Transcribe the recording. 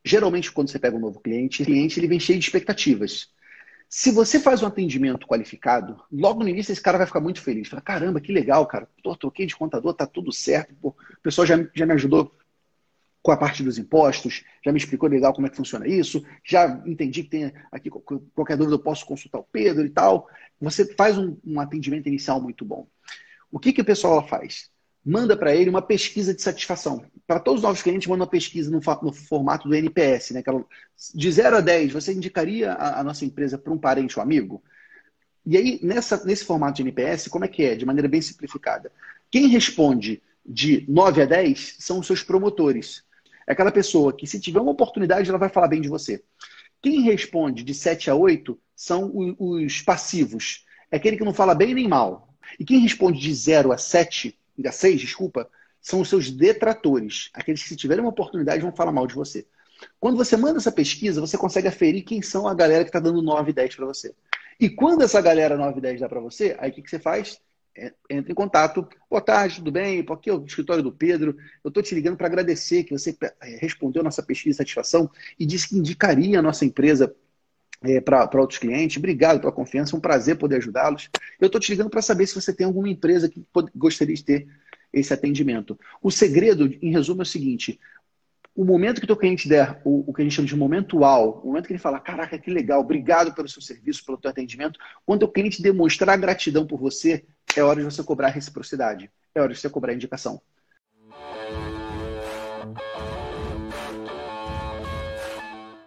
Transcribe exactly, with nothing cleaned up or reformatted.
Geralmente, quando você pega um novo cliente, o cliente ele vem cheio de expectativas. Se você faz um atendimento qualificado, logo no início esse cara vai ficar muito feliz. Fala, caramba, que legal, cara. Tô, troquei de contador, tá tudo certo. Pô, o pessoal já, já me ajudou com a parte dos impostos, já me explicou legal como é que funciona isso, já entendi que tem aqui qualquer dúvida eu posso consultar o Pedro e tal. Você faz um, um atendimento inicial muito bom. O que, que o pessoal faz? Manda para ele uma pesquisa de satisfação. Para todos os novos clientes, manda uma pesquisa no, no formato do N P S. Né? De zero a dez, você indicaria a, a nossa empresa para um parente ou amigo? E aí, nessa, nesse formato de N P S, como é que é? De maneira bem simplificada. Quem responde de nove a dez são os seus promotores. É aquela pessoa que, se tiver uma oportunidade, ela vai falar bem de você. Quem responde de sete a oito são os passivos. É aquele que não fala bem nem mal. E quem responde de zero a sete, a seis, desculpa, são os seus detratores. Aqueles que, se tiverem uma oportunidade, vão falar mal de você. Quando você manda essa pesquisa, você consegue aferir quem são a galera que está dando nove e dez para você. E quando essa galera nove e dez dá para você, aí o que, que você faz? Entra em contato. Boa tarde, tudo bem? Aqui é o escritório do Pedro. Eu estou te ligando para agradecer que você respondeu a nossa pesquisa de satisfação e disse que indicaria a nossa empresa é, para outros clientes. Obrigado pela confiança, é um prazer poder ajudá-los. Eu estou te ligando para saber se você tem alguma empresa que pode, gostaria de ter esse atendimento. O segredo, em resumo, é o seguinte: o momento que o teu cliente der o, o que a gente chama de momento uau, o momento que ele fala, caraca, que legal, obrigado pelo seu serviço, pelo teu atendimento, quando o cliente demonstrar gratidão por você, é hora de você cobrar reciprocidade, é hora de você cobrar indicação.